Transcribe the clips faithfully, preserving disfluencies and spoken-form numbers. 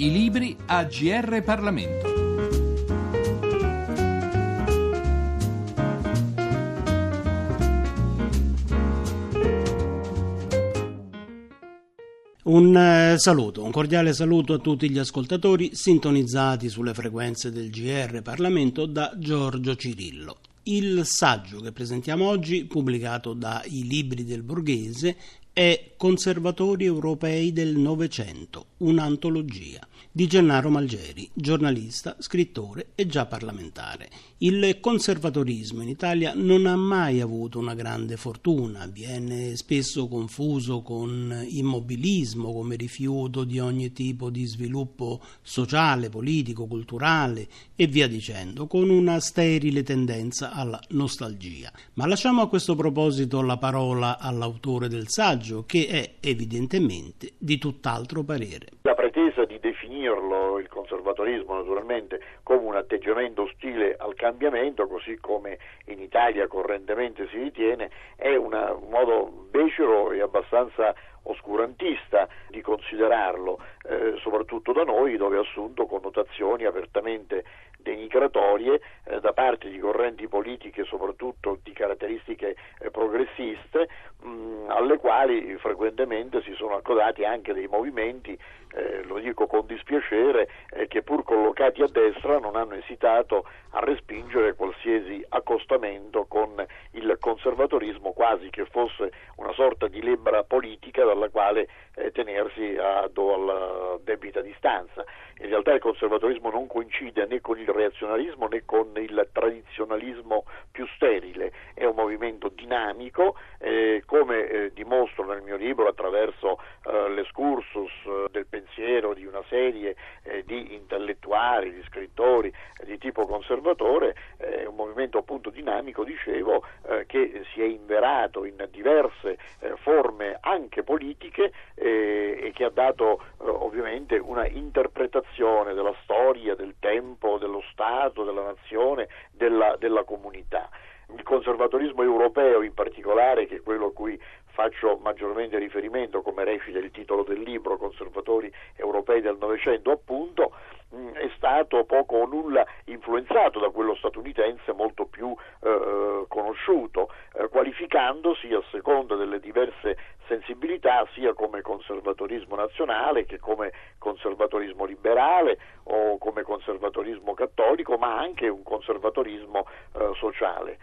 I libri a G R Parlamento. Un eh, saluto, un cordiale saluto a tutti gli ascoltatori sintonizzati sulle frequenze del G R Parlamento da Giorgio Cirillo. Il saggio che presentiamo oggi, pubblicato da I Libri del Borghese, è Conservatori europei del Novecento, un'antologia, di Gennaro Malgeri, giornalista, scrittore e già parlamentare. Il conservatorismo in Italia non ha mai avuto una grande fortuna, viene spesso confuso con immobilismo come rifiuto di ogni tipo di sviluppo sociale, politico, culturale e via dicendo, con una sterile tendenza alla nostalgia. Ma lasciamo a questo proposito la parola all'autore del saggio, che è evidentemente di tutt'altro parere. La pretesa di definirlo, il conservatorismo naturalmente, come un atteggiamento ostile al cambiamento, così come in Italia correntemente si ritiene, è una, un modo becero e abbastanza oscurantista di considerarlo, eh, soprattutto da noi, dove ha assunto connotazioni apertamente denigratorie eh, da parte di correnti politiche, soprattutto di caratteristiche eh, progressiste, mh, alle quali frequentemente si sono accodati anche dei movimenti, eh, lo dico con dispiacere, eh, che pur collocati a destra non hanno esitato a respingere qualsiasi accostamento con il conservatorismo, quasi che fosse una sorta di lebbra politica dalla quale eh, tenersi a do alla debita distanza. In realtà il conservatorismo non coincide né con il reazionarismo né con il tradizionalismo più sterile, è un movimento dinamico, eh, come eh, dimostro nel mio libro attraverso eh, l'escursus eh, del pensiero di una serie eh, di intellettuali, di scrittori eh, di tipo conservatore, è eh, un movimento appunto dinamico, dicevo, eh, che si è inverato in diverse eh, forme anche politiche eh, e che ha dato eh, ovviamente una interpretazione della storia, del tempo, dello Stato, della nazione, della, della comunità. Il conservatorismo europeo in particolare, che è quello a cui faccio maggiormente riferimento, come recita il titolo del libro, Conservatori europei del Novecento, appunto, mh, è stato poco o nulla influenzato da quello statunitense molto più eh, conosciuto, eh, qualificandosi a seconda delle diverse sensibilità sia come conservatorismo nazionale che come conservatorismo liberale o come conservatorismo cattolico, ma anche un conservatorismo eh, sociale.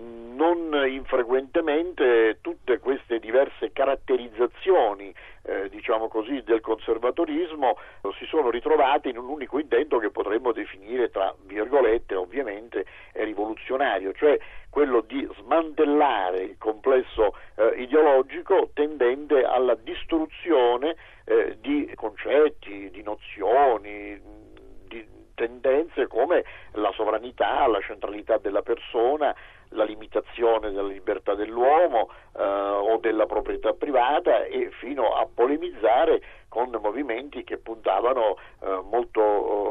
Non infrequentemente tutte queste diverse caratterizzazioni, eh, diciamo così, del conservatorismo si sono ritrovate in un unico intento che potremmo definire, tra virgolette, ovviamente rivoluzionario, cioè quello di smantellare il complesso eh, ideologico tendente alla distruzione eh, di concetti, di nozioni, di tendenze come la sovranità, la centralità della persona, la limitazione della libertà dell'uomo eh, o della proprietà privata, e fino a polemizzare con movimenti che puntavano eh, molto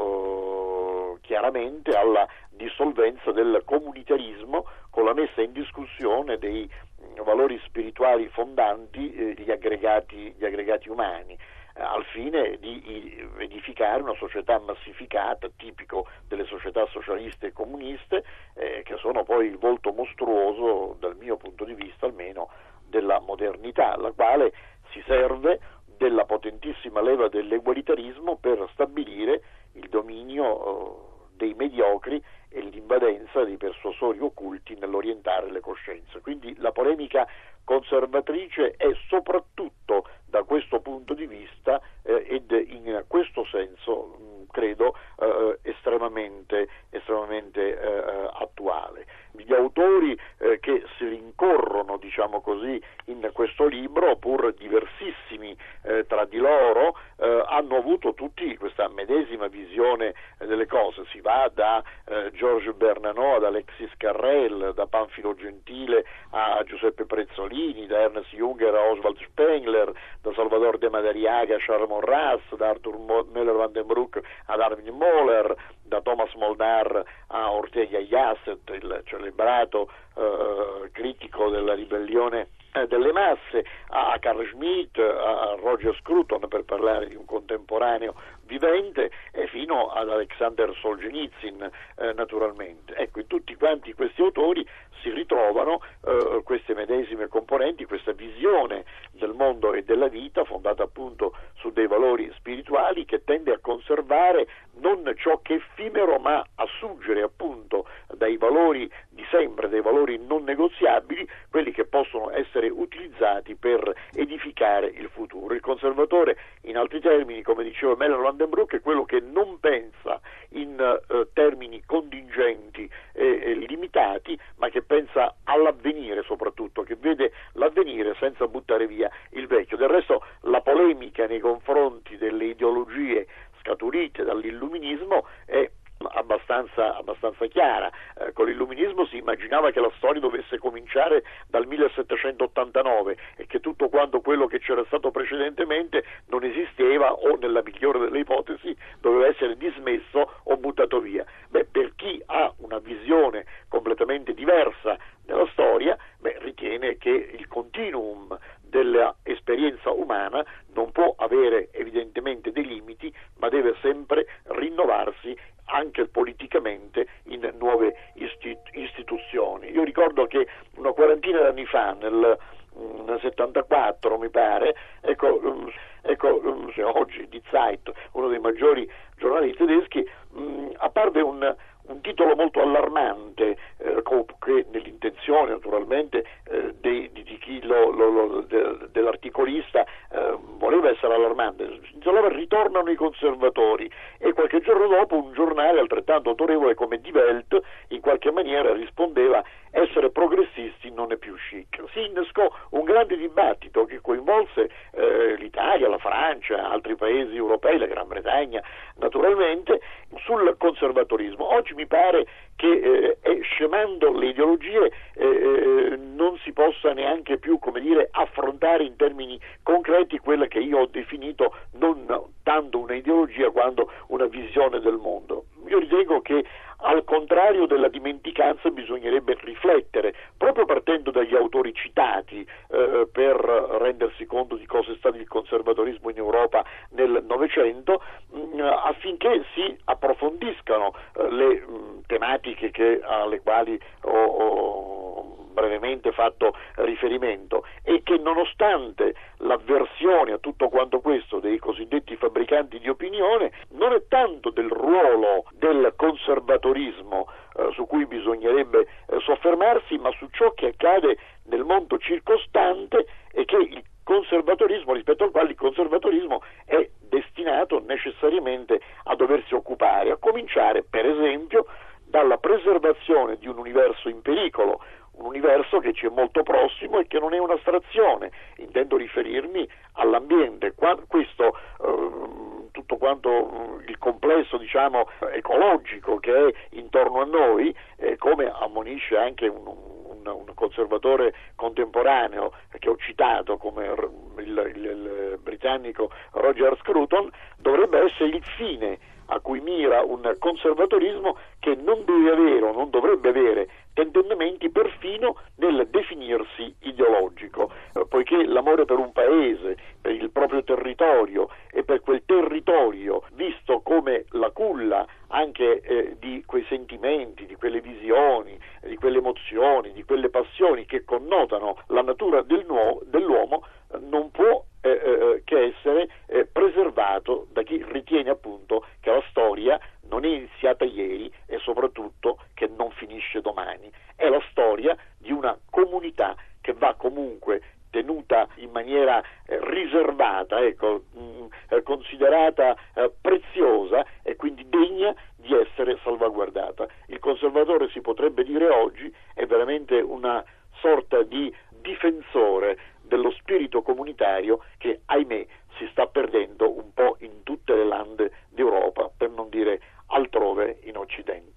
eh, chiaramente alla dissolvenza del comunitarismo, con la messa in discussione dei valori spirituali fondanti eh, gli aggregati, gli aggregati umani, al fine di edificare una società massificata, tipico delle società socialiste e comuniste, eh, che sono poi il volto mostruoso, dal mio punto di vista almeno, della modernità, la quale si serve della potentissima leva dell'egualitarismo per stabilire il dominio eh, dei mediocri e l'invadenza dei persuasori occulti nell'orientare le coscienze. Quindi la polemica conservatrice è soprattutto da questo punto di vista eh, ed in questo senso mh, credo eh, estremamente, estremamente eh, attuale. Gli autori eh, che si rincorrono, diciamo così, in questo libro, pur diversissimi eh, tra di loro, eh, hanno avuto tutti questa medesima visione eh, delle cose. Si va da eh, Georges Bernanos ad Alexis Carrel, da Panfilo Gentile a Giuseppe Prezzolini, da Ernst Junger a Oswald Spengler, da Salvador de Madariaga a Charles Maurras, da Arthur Müller van den Broek ad Armin Mohler, da Thomas Molnar a Ortega Gasset, il celebrato eh, critico della ribellione eh, delle masse, a Carl Schmitt, a Roger Scruton, per parlare di un contemporaneo vivente e fino ad Alexander Solzhenitsyn eh, naturalmente. Ecco, in tutti quanti questi autori si ritrovano eh, queste medesime componenti, questa visione del mondo e della vita fondata appunto su dei valori spirituali, che tende a conservare non ciò che è effimero, ma a suggere appunto dai valori di sempre, dei valori non negoziabili, quelli che possono essere utilizzati per edificare il futuro. Il conservatore, in altri termini, come diceva Mellon Vandenbroek, è quello che non pensa in eh, termini contingenti e, e limitati, ma che pensa all'avvenire soprattutto, che vede l'avvenire senza buttare via il vecchio. Del resto la polemica nei confronti delle ideologie scaturite dall'illuminismo è abbastanza, abbastanza chiara. Eh, con l'illuminismo si immaginava che la storia dovesse cominciare dal millesettecentottantanove e che tutto quanto quello che c'era stato precedentemente non esisteva, o nella migliore delle ipotesi doveva essere dismesso o buttato via. Beh, per chi ha una visione completamente diversa della storia, beh, ritiene che il continuum dell'esperienza umana non può avere evidentemente dei limiti, ma deve sempre rinnovarsi anche politicamente in nuove istit- istituzioni. Io ricordo che una quarantina d'anni fa, nel, nel settantaquattro mi pare, ecco, ecco oggi Die Zeit, uno dei maggiori giornali tedeschi, mh, apparve un un titolo molto allarmante, eh, che nell'intenzione naturalmente eh, di, di, di chi lo, lo, lo, de, dell'articolista eh, voleva essere allarmante. Si intitolava "Ritornano i conservatori", e qualche giorno dopo un giornale altrettanto autorevole come Die Welt in qualche maniera rispondeva: essere progressisti non è più chic. Si innescò un grande dibattito che coinvolse eh, l'Italia, la Francia, altri paesi europei, la Gran Bretagna naturalmente, sul conservatorismo. Oggi mi pare che eh, scemando le ideologie eh, non si possa neanche più, come dire, affrontare in termini concreti quella che io ho definito non tanto una ideologia quanto una visione del mondo. Io ritengo che al contrario della dimenticanza bisognerebbe riflettere, proprio partendo dagli autori citati, eh, per rendersi conto di cosa è stato il conservatorismo in Europa nel Novecento, mh, affinché si approfondiscano eh, le mh, tematiche che, alle quali ho, ho brevemente fatto riferimento, e che nonostante l'avversione a tutto quanto questo dei cosiddetti fabbricanti di opinione, non è tanto del ruolo del conservatorismo eh, su cui bisognerebbe eh, soffermarsi, ma su ciò che accade nel mondo circostante, e che il conservatorismo, rispetto al quale il conservatorismo è destinato necessariamente a doversi occupare, a cominciare per esempio dalla preservazione di un universo in pericolo, un universo che ci è molto prossimo e che non è un'astrazione. Intendo riferirmi all'ambiente. Questo eh, tutto quanto il complesso, diciamo, ecologico che è intorno a noi, eh, come ammonisce anche un, un, un conservatore contemporaneo che ho citato come il, il, il britannico Roger Scruton, dovrebbe essere il fine a cui mira un conservatorismo che non deve avere o non dovrebbe avere tentennamenti perfino nel definirsi ideologico, eh, poiché l'amore per un paese, per il proprio territorio e per quel territorio visto come la culla anche eh, di quei sentimenti, di quelle visioni, di quelle emozioni, di quelle passioni che connotano la natura del nuovo, dell'uomo, eh, non può eh, eh, che essere eh, preservato da chi ritiene appunto che la storia non è iniziata ieri e soprattutto che non finisce domani. È la storia di una comunità che va comunque tenuta in maniera eh, riservata, ecco, mh, eh, considerata eh, preziosa e quindi degna di essere salvaguardata. Il conservatore, si potrebbe dire oggi, è veramente una sorta di difensore dello spirito comunitario che, ahimè, si sta perdendo un po' in tutte le lande d'Europa, per non dire altrove in Occidente.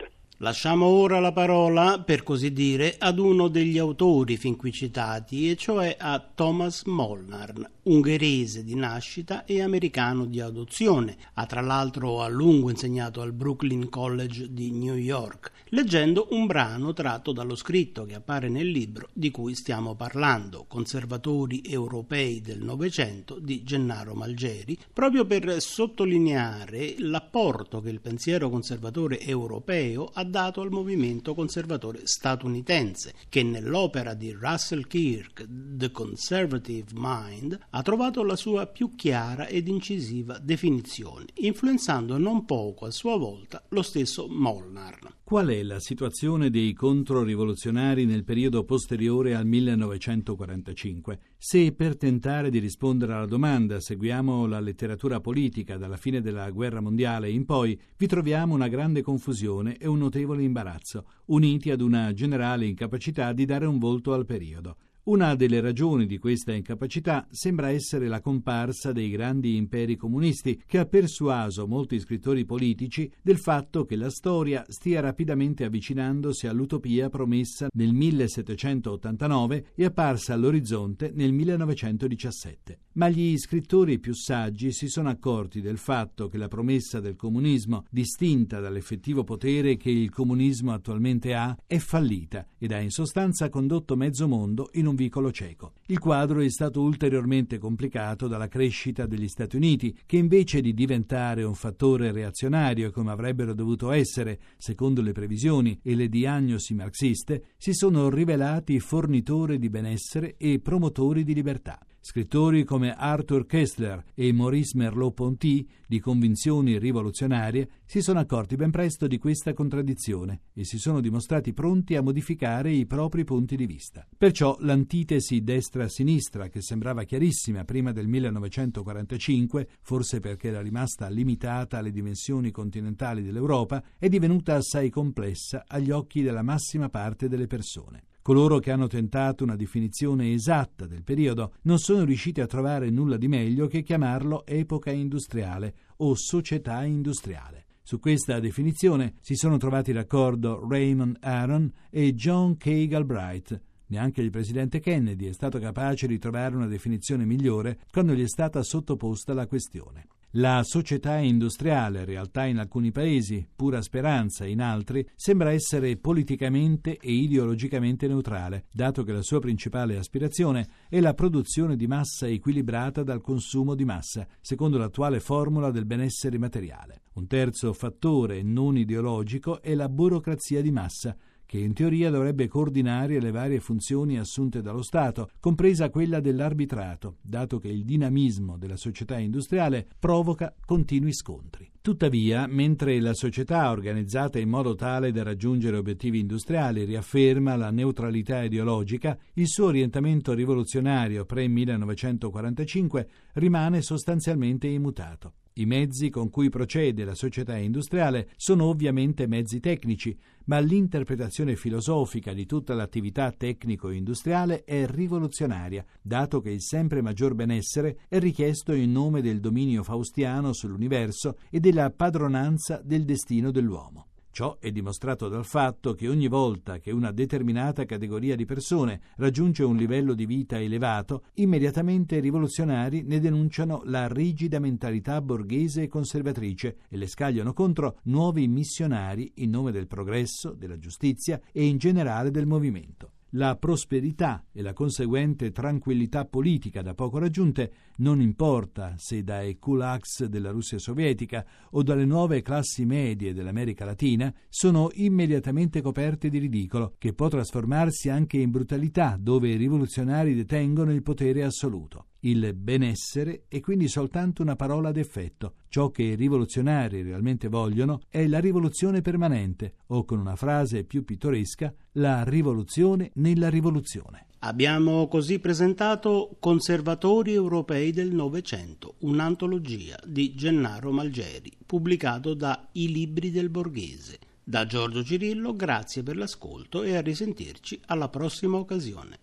Lasciamo ora la parola, per così dire, ad uno degli autori fin qui citati, e cioè a Thomas Molnar, ungherese di nascita e americano di adozione. Ha tra l'altro a lungo insegnato al Brooklyn College di New York, leggendo un brano tratto dallo scritto che appare nel libro di cui stiamo parlando, Conservatori europei del Novecento di Gennaro Malgeri, proprio per sottolineare l'apporto che il pensiero conservatore europeo ha dato al movimento conservatore statunitense, che nell'opera di Russell Kirk, The Conservative Mind, ha trovato la sua più chiara ed incisiva definizione, influenzando non poco a sua volta lo stesso Molnar. Qual è la situazione dei controrivoluzionari nel periodo posteriore al millenovecentoquarantacinque? Se per tentare di rispondere alla domanda seguiamo la letteratura politica dalla fine della guerra mondiale in poi, vi troviamo una grande confusione e un notevole imbarazzo, uniti ad una generale incapacità di dare un volto al periodo. Una delle ragioni di questa incapacità sembra essere la comparsa dei grandi imperi comunisti, che ha persuaso molti scrittori politici del fatto che la storia stia rapidamente avvicinandosi all'utopia promessa nel millesettecentottantanove e apparsa all'orizzonte nel millenovecentodiciassette. Ma gli scrittori più saggi si sono accorti del fatto che la promessa del comunismo, distinta dall'effettivo potere che il comunismo attualmente ha, è fallita ed ha in sostanza condotto mezzo mondo in un vicolo cieco. Il quadro è stato ulteriormente complicato dalla crescita degli Stati Uniti, che invece di diventare un fattore reazionario come avrebbero dovuto essere, secondo le previsioni e le diagnosi marxiste, si sono rivelati fornitori di benessere e promotori di libertà. Scrittori come Arthur Koestler e Maurice Merleau-Ponty, di convinzioni rivoluzionarie, si sono accorti ben presto di questa contraddizione e si sono dimostrati pronti a modificare i propri punti di vista. Perciò l'antitesi destra-sinistra, che sembrava chiarissima prima del millenovecentoquarantacinque, forse perché era rimasta limitata alle dimensioni continentali dell'Europa, è divenuta assai complessa agli occhi della massima parte delle persone. Coloro che hanno tentato una definizione esatta del periodo non sono riusciti a trovare nulla di meglio che chiamarlo epoca industriale o società industriale. Su questa definizione si sono trovati d'accordo Raymond Aron e John K. Galbraith. Neanche il presidente Kennedy è stato capace di trovare una definizione migliore quando gli è stata sottoposta la questione. La società industriale, realtà in alcuni paesi, pura speranza in altri, sembra essere politicamente e ideologicamente neutrale, dato che la sua principale aspirazione è la produzione di massa equilibrata dal consumo di massa, secondo l'attuale formula del benessere materiale. Un terzo fattore non ideologico è la burocrazia di massa, che in teoria dovrebbe coordinare le varie funzioni assunte dallo Stato, compresa quella dell'arbitrato, dato che il dinamismo della società industriale provoca continui scontri. Tuttavia, mentre la società organizzata in modo tale da raggiungere obiettivi industriali riafferma la neutralità ideologica, il suo orientamento rivoluzionario pre-millenovecentoquarantacinque rimane sostanzialmente immutato. I mezzi con cui procede la società industriale sono ovviamente mezzi tecnici, ma l'interpretazione filosofica di tutta l'attività tecnico-industriale è rivoluzionaria, dato che il sempre maggior benessere è richiesto in nome del dominio faustiano sull'universo e della padronanza del destino dell'uomo. Ciò è dimostrato dal fatto che ogni volta che una determinata categoria di persone raggiunge un livello di vita elevato, immediatamente i rivoluzionari ne denunciano la rigida mentalità borghese e conservatrice e le scagliano contro nuovi missionari in nome del progresso, della giustizia e in generale del movimento. La prosperità e la conseguente tranquillità politica da poco raggiunte, non importa se dai kulaks della Russia sovietica o dalle nuove classi medie dell'America Latina, sono immediatamente coperte di ridicolo, che può trasformarsi anche in brutalità dove i rivoluzionari detengono il potere assoluto. Il benessere è quindi soltanto una parola ad effetto. Ciò che i rivoluzionari realmente vogliono è la rivoluzione permanente, o con una frase più pittoresca, la rivoluzione nella rivoluzione. Abbiamo così presentato Conservatori europei del Novecento, un'antologia di Gennaro Malgeri, pubblicato da I Libri del Borghese. Da Giorgio Cirillo, grazie per l'ascolto e a risentirci alla prossima occasione.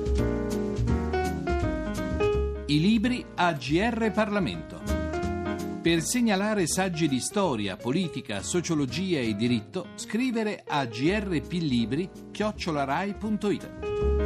I libri a G R Parlamento. Per segnalare saggi di storia, politica, sociologia e diritto, scrivere a grplibri chiocciola rai punto it.